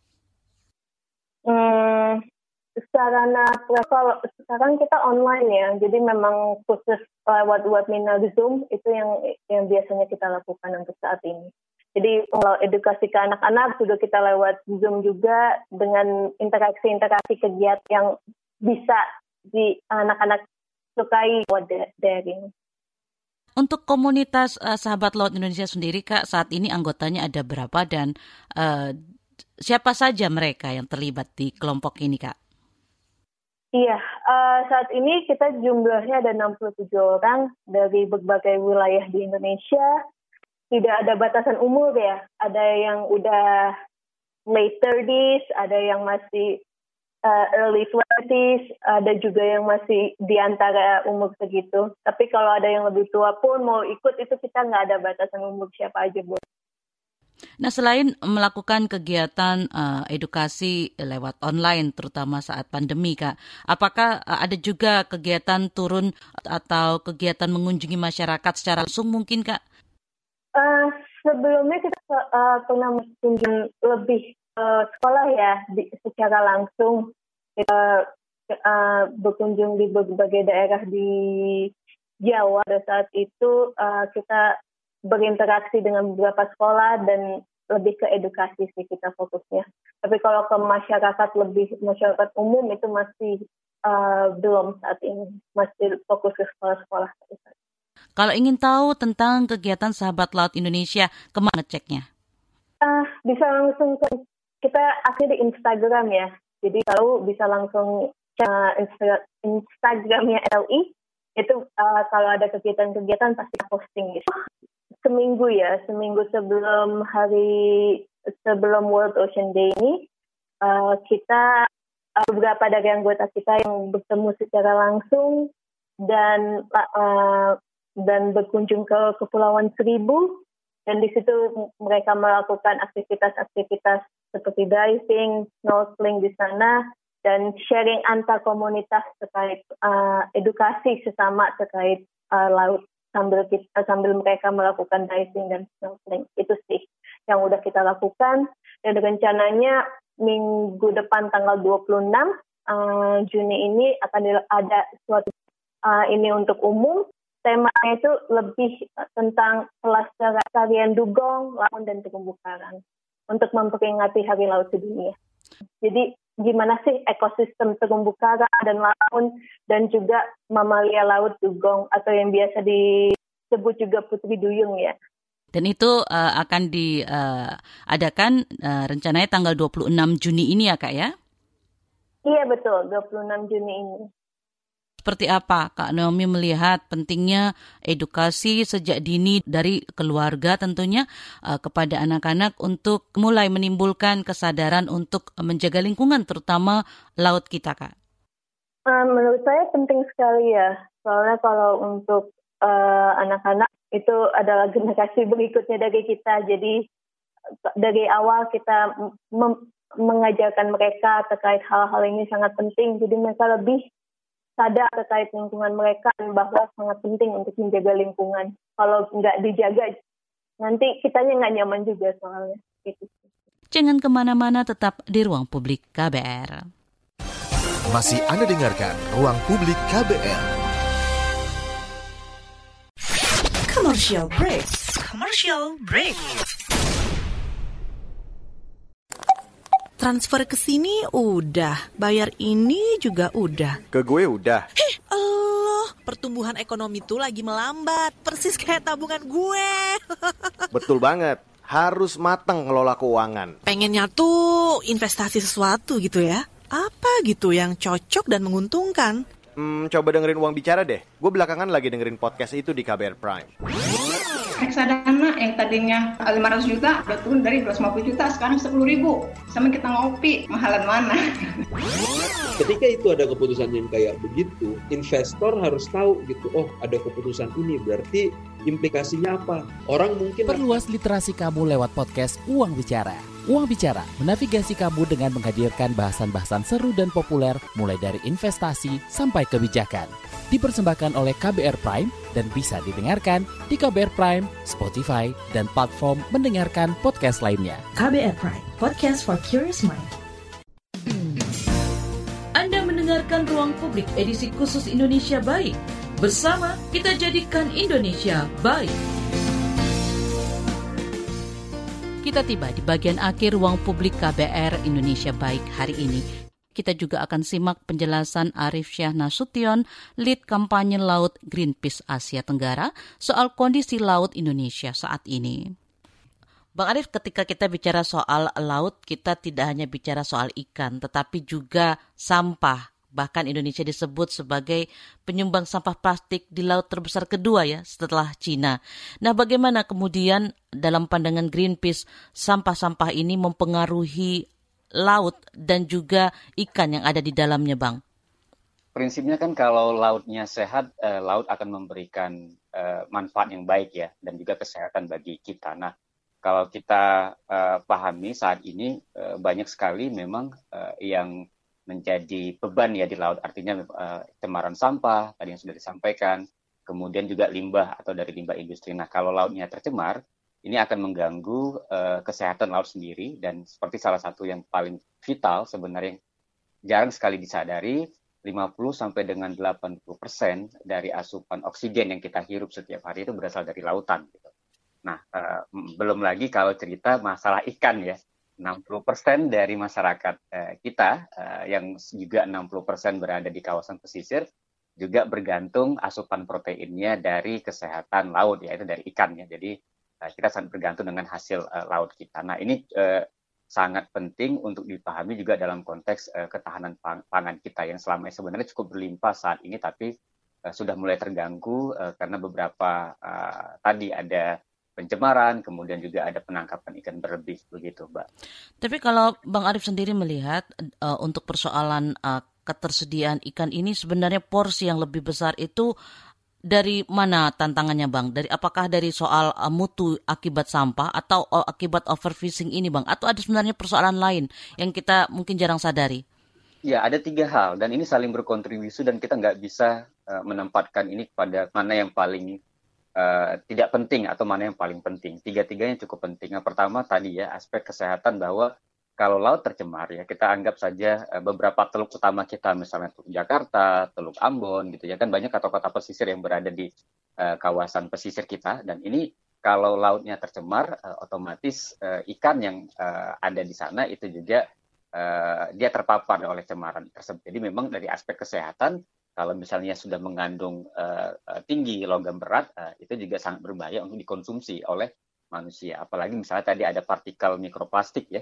Speaker 8: Hmm, sarana kalau sekarang kita online ya, jadi memang khusus lewat webinar Zoom itu yang yang biasanya kita lakukan untuk saat ini. Jadi kalau edukasi ke anak-anak sudah kita lewat Zoom juga dengan interaksi-interaksi kegiatan yang bisa di anak-anak sukai lewat daring.
Speaker 2: Untuk komunitas uh, Sahabat Laut Indonesia sendiri, Kak, saat ini anggotanya ada berapa dan uh, siapa saja mereka yang terlibat di kelompok ini, Kak?
Speaker 8: Iya, uh, saat ini kita jumlahnya ada enam puluh tujuh orang dari berbagai wilayah di Indonesia. Tidak ada batasan umur ya, ada yang udah late thirties, ada yang masih uh, early twenties, ada juga yang masih di antara umur segitu. Tapi kalau ada yang lebih tua pun mau ikut itu kita nggak ada batasan umur, siapa aja boleh.
Speaker 2: Nah, selain melakukan kegiatan uh, edukasi lewat online, terutama saat pandemi, Kak, apakah uh, ada juga kegiatan turun atau kegiatan mengunjungi masyarakat secara langsung mungkin, Kak?
Speaker 8: Uh, sebelumnya kita uh, pernah mengunjungi lebih uh, sekolah ya, di, secara langsung. Kita uh, berkunjung di berbagai daerah di Jawa. Pada saat itu uh, kita berinteraksi dengan beberapa sekolah dan lebih ke edukasi sih kita fokusnya. Tapi kalau ke masyarakat lebih masyarakat umum itu masih uh, belum saat ini, masih fokus ke sekolah-sekolah.
Speaker 2: Kalau ingin tahu tentang kegiatan Sahabat Laut Indonesia, kemana ceknya?
Speaker 8: Uh, bisa langsung ke kita aktif di Instagram ya. Jadi kalau bisa langsung uh, Insta- Instagramnya L I itu uh, kalau ada kegiatan-kegiatan pasti posting gitu. Seminggu ya, seminggu sebelum hari sebelum World Ocean Day ini, uh, kita uh, beberapa dari anggota kita yang bertemu secara langsung dan uh, dan berkunjung ke Kepulauan Seribu, dan di situ mereka melakukan aktivitas-aktivitas seperti diving, snorkeling di sana, dan sharing antar komunitas terkait uh, edukasi sesama terkait uh, laut. Sambil kita, sambil mereka melakukan diving dan snorkeling. Itu sih yang udah kita lakukan. Dan rencananya minggu depan tanggal dua puluh enam uh, Juni ini akan ada suatu uh, ini untuk umum. Temanya itu lebih tentang pelestarian dugong, laut dan terumbu karang untuk memperingati Hari Laut Sedunia. Jadi gimana sih ekosistem terumbu karang dan laut dan juga mamalia laut dugong atau yang biasa disebut juga putri duyung ya.
Speaker 2: Dan itu uh, akan diadakan uh, uh, rencananya tanggal dua puluh enam Juni ini ya Kak ya?
Speaker 8: Iya betul, dua puluh enam Juni ini.
Speaker 2: Seperti apa Kak Naomi melihat pentingnya edukasi sejak dini dari keluarga tentunya uh, kepada anak-anak untuk mulai menimbulkan kesadaran untuk menjaga lingkungan terutama laut kita, Kak?
Speaker 8: Uh, menurut saya penting sekali ya. Soalnya kalau untuk uh, anak-anak itu adalah generasi berikutnya dari kita. Jadi dari awal kita mem- mengajarkan mereka terkait hal-hal ini sangat penting. Jadi mereka lebih sadar terkait lingkungan mereka dan bahwa sangat penting untuk menjaga lingkungan. Kalau nggak dijaga, nanti kitanya nggak nyaman juga soalnya. Gitu.
Speaker 2: Jangan kemana-mana, tetap di Ruang Publik K B R.
Speaker 4: Masih Anda dengarkan Ruang Publik K B R.
Speaker 5: Commercial break. Commercial break.
Speaker 9: Transfer ke sini udah, bayar ini juga udah.
Speaker 10: Ke gue udah.
Speaker 9: Heh, Allah, pertumbuhan ekonomi tuh lagi melambat, persis kayak tabungan gue.
Speaker 10: Betul banget, harus matang ngelola keuangan.
Speaker 9: Pengennya tuh investasi sesuatu gitu ya. Apa gitu yang cocok dan menguntungkan?
Speaker 10: Hmm, coba dengerin Uang Bicara deh. Gue belakangan lagi dengerin podcast itu di K B R Prime.
Speaker 11: Reksadana yang tadinya lima ratus juta udah turun dari dua ratus lima puluh juta sekarang sepuluh ribu. Sama kita ngopi, mahalan mana?
Speaker 12: Ketika itu ada keputusan yang kayak begitu, investor harus tahu gitu, oh ada keputusan ini berarti implikasinya apa. Orang mungkin
Speaker 7: perluas literasi kamu lewat podcast Uang Bicara. Uang Bicara menavigasi kamu dengan menghadirkan bahasan-bahasan seru dan populer mulai dari investasi sampai kebijakan. Dipersembahkan oleh K B R Prime dan bisa didengarkan di K B R Prime, Spotify, dan platform mendengarkan podcast lainnya.
Speaker 5: K B R Prime, podcast for curious mind.
Speaker 2: Anda mendengarkan Ruang Publik edisi khusus Indonesia Baik. Bersama kita jadikan Indonesia baik. Kita tiba di bagian akhir Ruang Publik K B R Indonesia Baik hari ini. Kita juga akan simak penjelasan Arif Syah Nasution, Lead Kampanye Laut Greenpeace Asia Tenggara, soal kondisi laut Indonesia saat ini. Bang Arif, ketika kita bicara soal laut, kita tidak hanya bicara soal ikan, tetapi juga sampah. Bahkan Indonesia disebut sebagai penyumbang sampah plastik di laut terbesar kedua ya, setelah Cina. Nah, bagaimana kemudian dalam pandangan Greenpeace, sampah-sampah ini mempengaruhi laut dan juga ikan yang ada di dalamnya, Bang?
Speaker 13: Prinsipnya kan kalau lautnya sehat, eh, laut akan memberikan eh, manfaat yang baik ya, dan juga kesehatan bagi kita. Nah, kalau kita eh, pahami saat ini eh, banyak sekali memang eh, yang menjadi beban ya di laut, artinya eh, cemaran sampah tadi yang sudah disampaikan, kemudian juga limbah atau dari limbah industri. Nah, kalau lautnya tercemar, ini akan mengganggu uh, kesehatan laut sendiri, dan seperti salah satu yang paling vital sebenarnya jarang sekali disadari, lima puluh sampai dengan delapan puluh persen dari asupan oksigen yang kita hirup setiap hari itu berasal dari lautan. Gitu. Nah, uh, belum lagi kalau cerita masalah ikan ya, enam puluh persen dari masyarakat uh, kita uh, yang juga enam puluh persen berada di kawasan pesisir juga bergantung asupan proteinnya dari kesehatan laut, yaitu dari ikan ya. Jadi kita sangat bergantung dengan hasil uh, laut kita. Nah, ini uh, sangat penting untuk dipahami juga dalam konteks uh, ketahanan pang- pangan kita yang selama ini sebenarnya cukup berlimpah saat ini, tapi uh, sudah mulai terganggu uh, karena beberapa uh, tadi ada pencemaran, kemudian juga ada penangkapan ikan berlebih, begitu, Mbak.
Speaker 2: Tapi kalau Bang Arif sendiri melihat uh, untuk persoalan uh, ketersediaan ikan ini sebenarnya porsi yang lebih besar itu dari mana tantangannya, Bang? Dari apakah dari soal uh, mutu akibat sampah atau uh, akibat overfishing ini, Bang? Atau ada sebenarnya persoalan lain yang kita mungkin jarang sadari?
Speaker 13: Ya, ada tiga hal dan ini saling berkontribusi dan kita nggak bisa uh, menempatkan ini pada mana yang paling uh, tidak penting atau mana yang paling penting. Tiga-tiganya cukup penting. Yang pertama tadi ya aspek kesehatan, bahwa kalau laut tercemar ya kita anggap saja uh, beberapa teluk utama kita, misalnya Teluk Jakarta, Teluk Ambon gitu ya, kan banyak kota-kota pesisir yang berada di uh, kawasan pesisir kita, dan ini kalau lautnya tercemar uh, otomatis uh, ikan yang uh, ada di sana itu juga uh, dia terpapar oleh cemaran tersebut. Jadi memang dari aspek kesehatan, kalau misalnya sudah mengandung uh, uh, tinggi logam berat, uh, itu juga sangat berbahaya untuk dikonsumsi oleh manusia. Apalagi misalnya tadi ada partikel mikroplastik ya,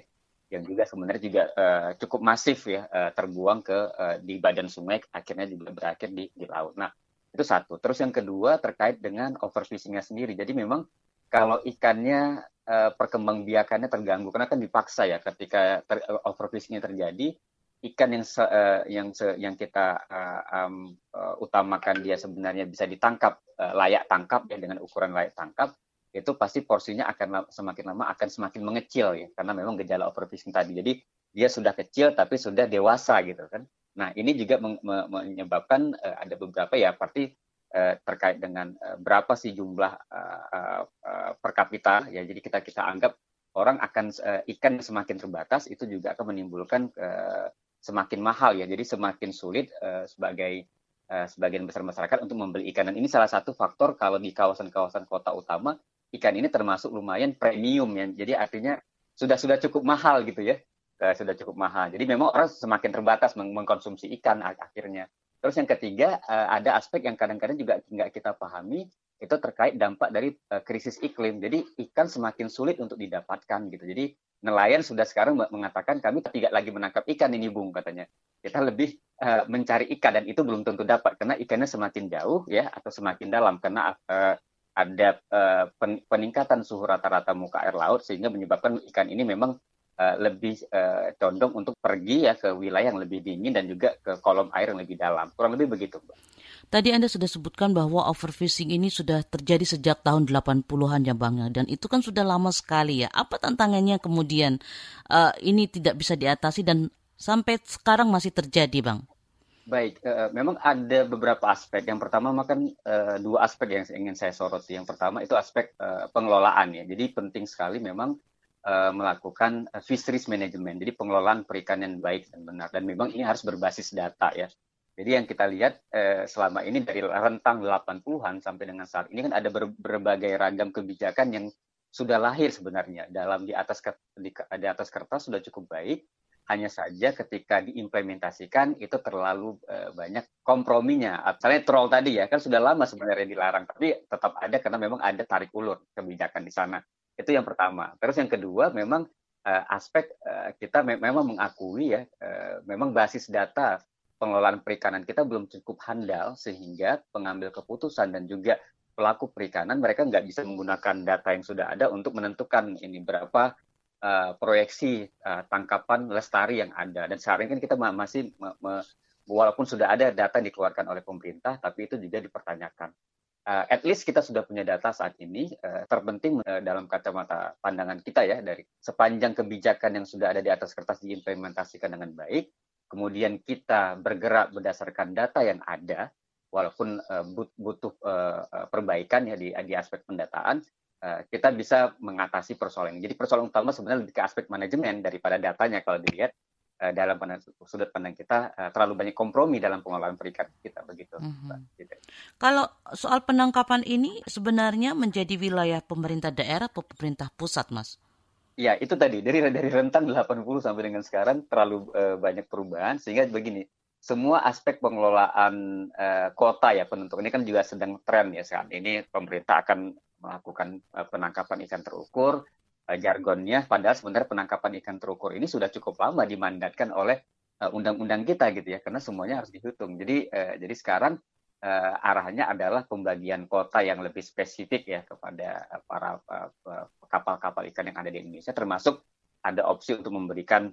Speaker 13: yang juga sebenarnya juga uh, cukup masif ya uh, terbuang ke uh, di badan sungai, akhirnya juga berakhir di, di laut. Nah, itu satu. Terus yang kedua terkait dengan overfishing-nya sendiri. Jadi memang kalau ikannya uh, perkembangbiakannya terganggu, karena kan dipaksa ya ketika ter, uh, overfishing-nya terjadi, ikan yang se, uh, yang se, yang kita uh, um, uh, utamakan dia sebenarnya bisa ditangkap uh, layak tangkap ya dengan ukuran layak tangkap, itu pasti porsinya akan semakin lama akan semakin mengecil ya, karena memang gejala overfishing tadi. Jadi dia sudah kecil tapi sudah dewasa gitu kan. Nah ini juga meng- me- menyebabkan uh, ada beberapa ya pasti uh, terkait dengan uh, berapa sih jumlah uh, uh, uh, per kapita ya. Jadi kita kita anggap orang akan uh, ikan semakin terbatas itu juga akan menimbulkan uh, semakin mahal ya. Jadi semakin sulit uh, sebagai uh, sebagian besar masyarakat untuk membeli ikan. Dan ini salah satu faktor kalau di kawasan-kawasan kota utama ikan ini termasuk lumayan premium ya, jadi artinya sudah sudah cukup mahal gitu ya, uh, sudah cukup mahal. Jadi memang orang semakin terbatas meng- mengkonsumsi ikan akhirnya. Terus yang ketiga uh, ada aspek yang kadang-kadang juga nggak kita pahami, itu terkait dampak dari uh, krisis iklim. Jadi ikan semakin sulit untuk didapatkan gitu. Jadi nelayan sudah sekarang mengatakan kami tidak lagi menangkap ikan ini Bung katanya. Kita lebih uh, mencari ikan dan itu belum tentu dapat karena ikannya semakin jauh ya atau semakin dalam karena uh, ada uh, peningkatan suhu rata-rata muka air laut sehingga menyebabkan ikan ini memang uh, lebih uh, condong untuk pergi ya ke wilayah yang lebih dingin dan juga ke kolom air yang lebih dalam. Kurang lebih begitu, Mbak.
Speaker 2: Tadi Anda sudah sebutkan bahwa overfishing ini sudah terjadi sejak tahun delapan puluhan ya Bang, dan itu kan sudah lama sekali ya. Apa tantangannya kemudian uh, ini tidak bisa diatasi dan sampai sekarang masih terjadi Bang?
Speaker 13: Baik, uh, memang ada beberapa aspek. Yang pertama makan uh, dua aspek yang ingin saya soroti. Yang pertama itu aspek uh, pengelolaan ya. Jadi penting sekali memang uh, melakukan uh, fisheries management. Jadi pengelolaan perikanan yang baik dan benar. Dan memang ini harus berbasis data ya. Jadi yang kita lihat uh, selama ini dari rentang delapan puluhan sampai dengan saat ini kan ada ber- berbagai ragam kebijakan yang sudah lahir sebenarnya dalam di atas di, di atas kertas sudah cukup baik. Hanya saja ketika diimplementasikan itu terlalu uh, banyak komprominya. Misalnya troll tadi ya, kan sudah lama sebenarnya dilarang, tapi tetap ada karena memang ada tarik ulur kebijakan di sana. Itu yang pertama. Terus yang kedua, memang uh, aspek uh, kita me- memang mengakui ya, uh, memang basis data pengelolaan perikanan kita belum cukup handal sehingga pengambil keputusan dan juga pelaku perikanan mereka nggak bisa menggunakan data yang sudah ada untuk menentukan ini berapa Uh, proyeksi uh, tangkapan lestari yang ada. Dan saat ini kan kita ma- masih ma- ma- walaupun sudah ada data yang dikeluarkan oleh pemerintah, tapi itu juga dipertanyakan. Uh, at least kita sudah punya data saat ini. Uh, terpenting uh, dalam kacamata pandangan kita ya, dari sepanjang kebijakan yang sudah ada di atas kertas diimplementasikan dengan baik, kemudian kita bergerak berdasarkan data yang ada, walaupun uh, butuh uh, perbaikan ya di, di aspek pendataan, Uh, kita bisa mengatasi persoalan ini. Jadi persoalan utama sebenarnya lebih ke aspek manajemen daripada datanya kalau dilihat uh, dalam pandang, sudut pandang kita uh, terlalu banyak kompromi dalam pengelolaan perikanan kita begitu. Mm-hmm. Gitu.
Speaker 2: Kalau soal penangkapan ini sebenarnya menjadi wilayah pemerintah daerah atau pemerintah pusat, Mas?
Speaker 13: Ya itu tadi dari dari rentang delapan puluh sampai dengan sekarang terlalu uh, banyak perubahan sehingga begini. Semua aspek pengelolaan uh, kuota ya penentuan ini kan juga sedang tren ya saat ini pemerintah akan melakukan uh, penangkapan ikan terukur, uh, jargonnya, padahal sebenarnya penangkapan ikan terukur ini sudah cukup lama dimandatkan oleh uh, undang-undang kita gitu ya, karena semuanya harus dihitung. Jadi, uh, jadi sekarang uh, arahnya adalah pembagian kuota yang lebih spesifik ya kepada uh, para uh, kapal-kapal ikan yang ada di Indonesia, termasuk ada opsi untuk memberikan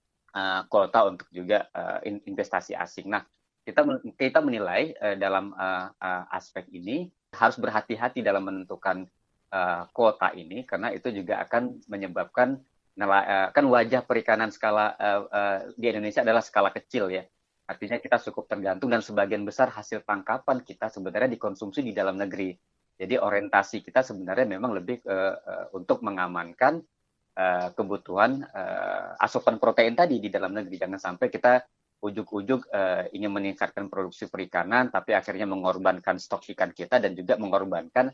Speaker 13: uh, kuota untuk juga uh, investasi asing. Nah, kita kita menilai uh, dalam uh, uh, aspek ini harus berhati-hati dalam menentukan uh, kuota ini karena itu juga akan menyebabkan uh, kan wajah perikanan skala uh, uh, di Indonesia adalah skala kecil ya. Artinya kita cukup tergantung dan sebagian besar hasil tangkapan kita sebenarnya dikonsumsi di dalam negeri. Jadi orientasi kita sebenarnya memang lebih uh, uh, untuk mengamankan uh, kebutuhan uh, asupan protein tadi di dalam negeri. Jangan sampai kita ujuk-ujuk uh, ingin meningkatkan produksi perikanan, tapi akhirnya mengorbankan stok ikan kita dan juga mengorbankan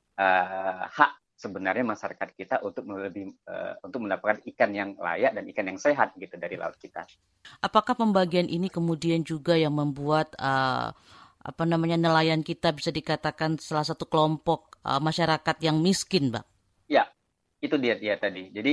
Speaker 13: uh, hak sebenarnya masyarakat kita untuk lebih uh, untuk mendapatkan ikan yang layak dan ikan yang sehat gitu dari laut kita.
Speaker 2: Apakah pembagian ini kemudian juga yang membuat uh, apa namanya nelayan kita bisa dikatakan salah satu kelompok uh, masyarakat yang miskin, Mbak?
Speaker 13: Ya, itu dia dia tadi. Jadi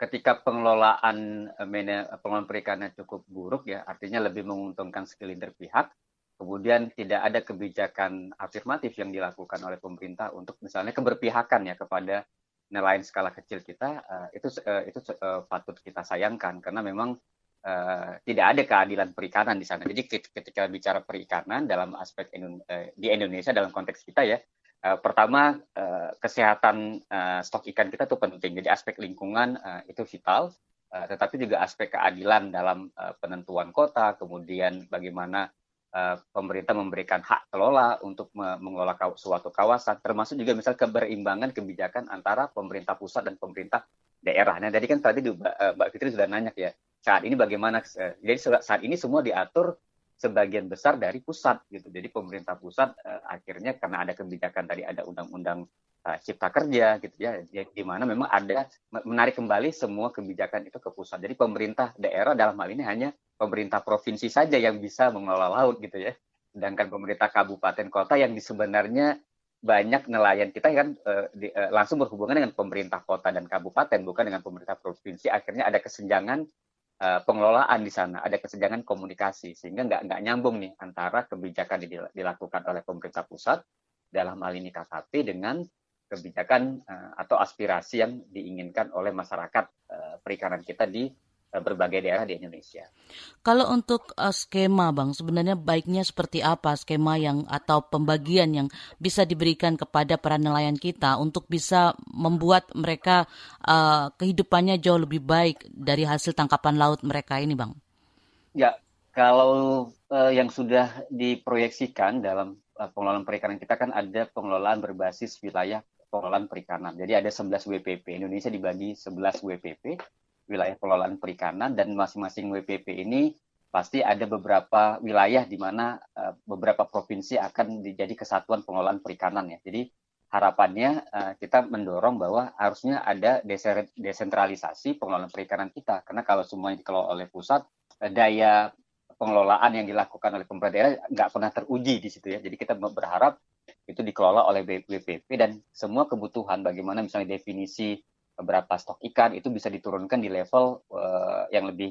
Speaker 13: ketika pengelolaan pengelolaan perikanan cukup buruk ya, artinya lebih menguntungkan segelintir pihak, kemudian tidak ada kebijakan afirmatif yang dilakukan oleh pemerintah untuk misalnya keberpihakan ya kepada nelayan skala kecil kita, uh, itu uh, itu uh, patut kita sayangkan karena memang uh, tidak ada keadilan perikanan di sana. Jadi ketika bicara perikanan dalam aspek uh, di Indonesia dalam konteks kita ya, Uh, pertama, uh, kesehatan uh, stok ikan kita itu penting. Jadi aspek lingkungan uh, itu vital, uh, tetapi juga aspek keadilan dalam uh, penentuan kota, kemudian bagaimana uh, pemerintah memberikan hak kelola untuk me- mengelola kaw- suatu kawasan, termasuk juga misalnya keberimbangan kebijakan antara pemerintah pusat dan pemerintah daerah. Nah, tadi kan tadi uh, Mbak Fitri sudah nanya ya, saat ini bagaimana? Uh, jadi saat ini semua diatur sebagian besar dari pusat gitu. Jadi pemerintah pusat uh, akhirnya karena ada kebijakan tadi ada undang-undang uh, cipta kerja gitu ya, di mana memang ada menarik kembali semua kebijakan itu ke pusat. Jadi pemerintah daerah dalam hal ini hanya pemerintah provinsi saja yang bisa mengelola laut gitu ya. Sedangkan pemerintah kabupaten kota yang sebenarnya banyak nelayan kita kan uh, di, uh, langsung berhubungan dengan pemerintah kota dan kabupaten bukan dengan pemerintah provinsi. Akhirnya ada kesenjangan Uh, pengelolaan di sana, ada kesenjangan komunikasi sehingga nggak nggak nyambung nih antara kebijakan yang dilakukan oleh pemerintah pusat dalam hal ini K K P dengan kebijakan uh, atau aspirasi yang diinginkan oleh masyarakat uh, perikanan kita di uh, berbagai daerah di Indonesia.
Speaker 2: Kalau untuk uh, skema Bang, sebenarnya baiknya seperti apa skema yang atau pembagian yang bisa diberikan kepada para nelayan kita untuk bisa membuat mereka uh, kehidupannya jauh lebih baik dari hasil tangkapan laut mereka ini Bang?
Speaker 13: Ya, kalau uh, yang sudah diproyeksikan dalam uh, pengelolaan perikanan kita kan ada pengelolaan berbasis wilayah pengelolaan perikanan. Jadi ada sebelas W P P, Indonesia dibagi sebelas W P P, wilayah pengelolaan perikanan, dan masing-masing W P P ini pasti ada beberapa wilayah di mana uh, beberapa provinsi akan menjadi kesatuan pengelolaan perikanan ya. Jadi harapannya uh, kita mendorong bahwa harusnya ada desentralisasi pengelolaan perikanan kita, karena kalau semuanya dikelola oleh pusat, uh, daya pengelolaan yang dilakukan oleh pemerintah daerah nggak pernah teruji di situ ya. Jadi kita berharap itu dikelola oleh W P P dan semua kebutuhan bagaimana misalnya definisi beberapa stok ikan itu bisa diturunkan di level uh, yang lebih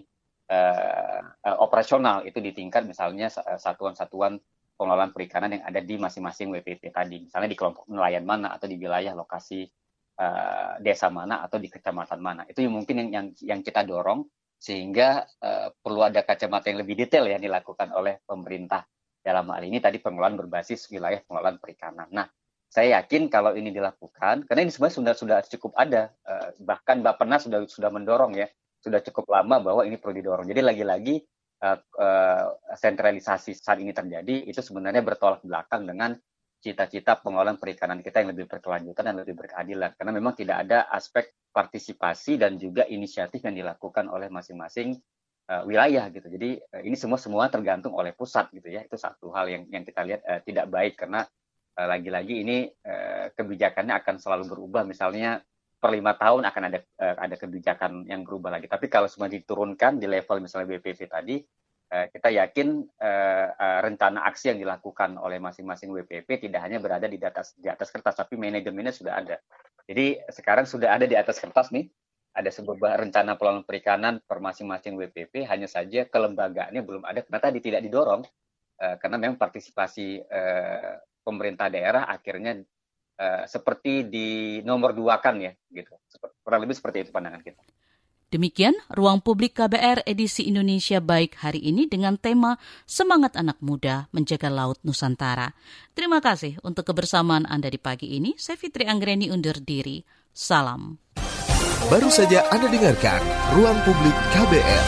Speaker 13: uh, uh, operasional, itu di tingkat misalnya satuan-satuan pengelolaan perikanan yang ada di masing-masing W P P tadi, misalnya di kelompok nelayan mana atau di wilayah lokasi uh, desa mana atau di kecamatan mana. Itu yang mungkin yang yang, yang kita dorong sehingga uh, perlu ada kacamata yang lebih detail yang dilakukan oleh pemerintah dalam hal ini tadi pengelolaan berbasis wilayah pengelolaan perikanan. Nah, saya yakin kalau ini dilakukan, karena ini sebenarnya sudah sudah cukup ada, uh, bahkan Bappenas sudah sudah mendorong ya, sudah cukup lama bahwa ini perlu didorong. Jadi lagi-lagi uh, uh, sentralisasi saat ini terjadi itu sebenarnya bertolak belakang dengan cita-cita pengelolaan perikanan kita yang lebih berkelanjutan dan lebih berkeadilan, karena memang tidak ada aspek partisipasi dan juga inisiatif yang dilakukan oleh masing-masing uh, wilayah gitu. Jadi uh, ini semua semua tergantung oleh pusat gitu ya. Itu satu hal yang yang kita lihat uh, tidak baik, karena uh, lagi-lagi ini uh, kebijakannya akan selalu berubah. Misalnya per lima tahun akan ada uh, ada kebijakan yang berubah lagi. Tapi kalau semua diturunkan di level misalnya B P P tadi, uh, kita yakin uh, uh, rencana aksi yang dilakukan oleh masing-masing W P P tidak hanya berada di atas di atas kertas, tapi manajemennya sudah ada. Jadi sekarang sudah ada di atas kertas nih, ada sebuah rencana pengelolaan perikanan per masing-masing W P P, hanya saja kelembagaannya belum ada karena tadi tidak didorong, uh, karena memang partisipasi uh, pemerintah daerah akhirnya uh, seperti di nomor dua kan ya, gitu. Kurang lebih seperti itu pandangan kita.
Speaker 2: Demikian Ruang Publik K B R edisi Indonesia Baik hari ini dengan tema Semangat Anak Muda Menjaga Laut Nusantara. Terima kasih untuk kebersamaan Anda di pagi ini. Saya Fitri Anggreni undur diri. Salam.
Speaker 4: Baru saja Anda dengarkan Ruang Publik K B R.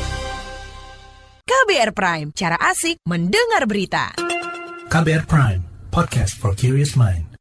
Speaker 5: K B R Prime, cara asik mendengar berita.
Speaker 6: K B R Prime, podcast for curious mind.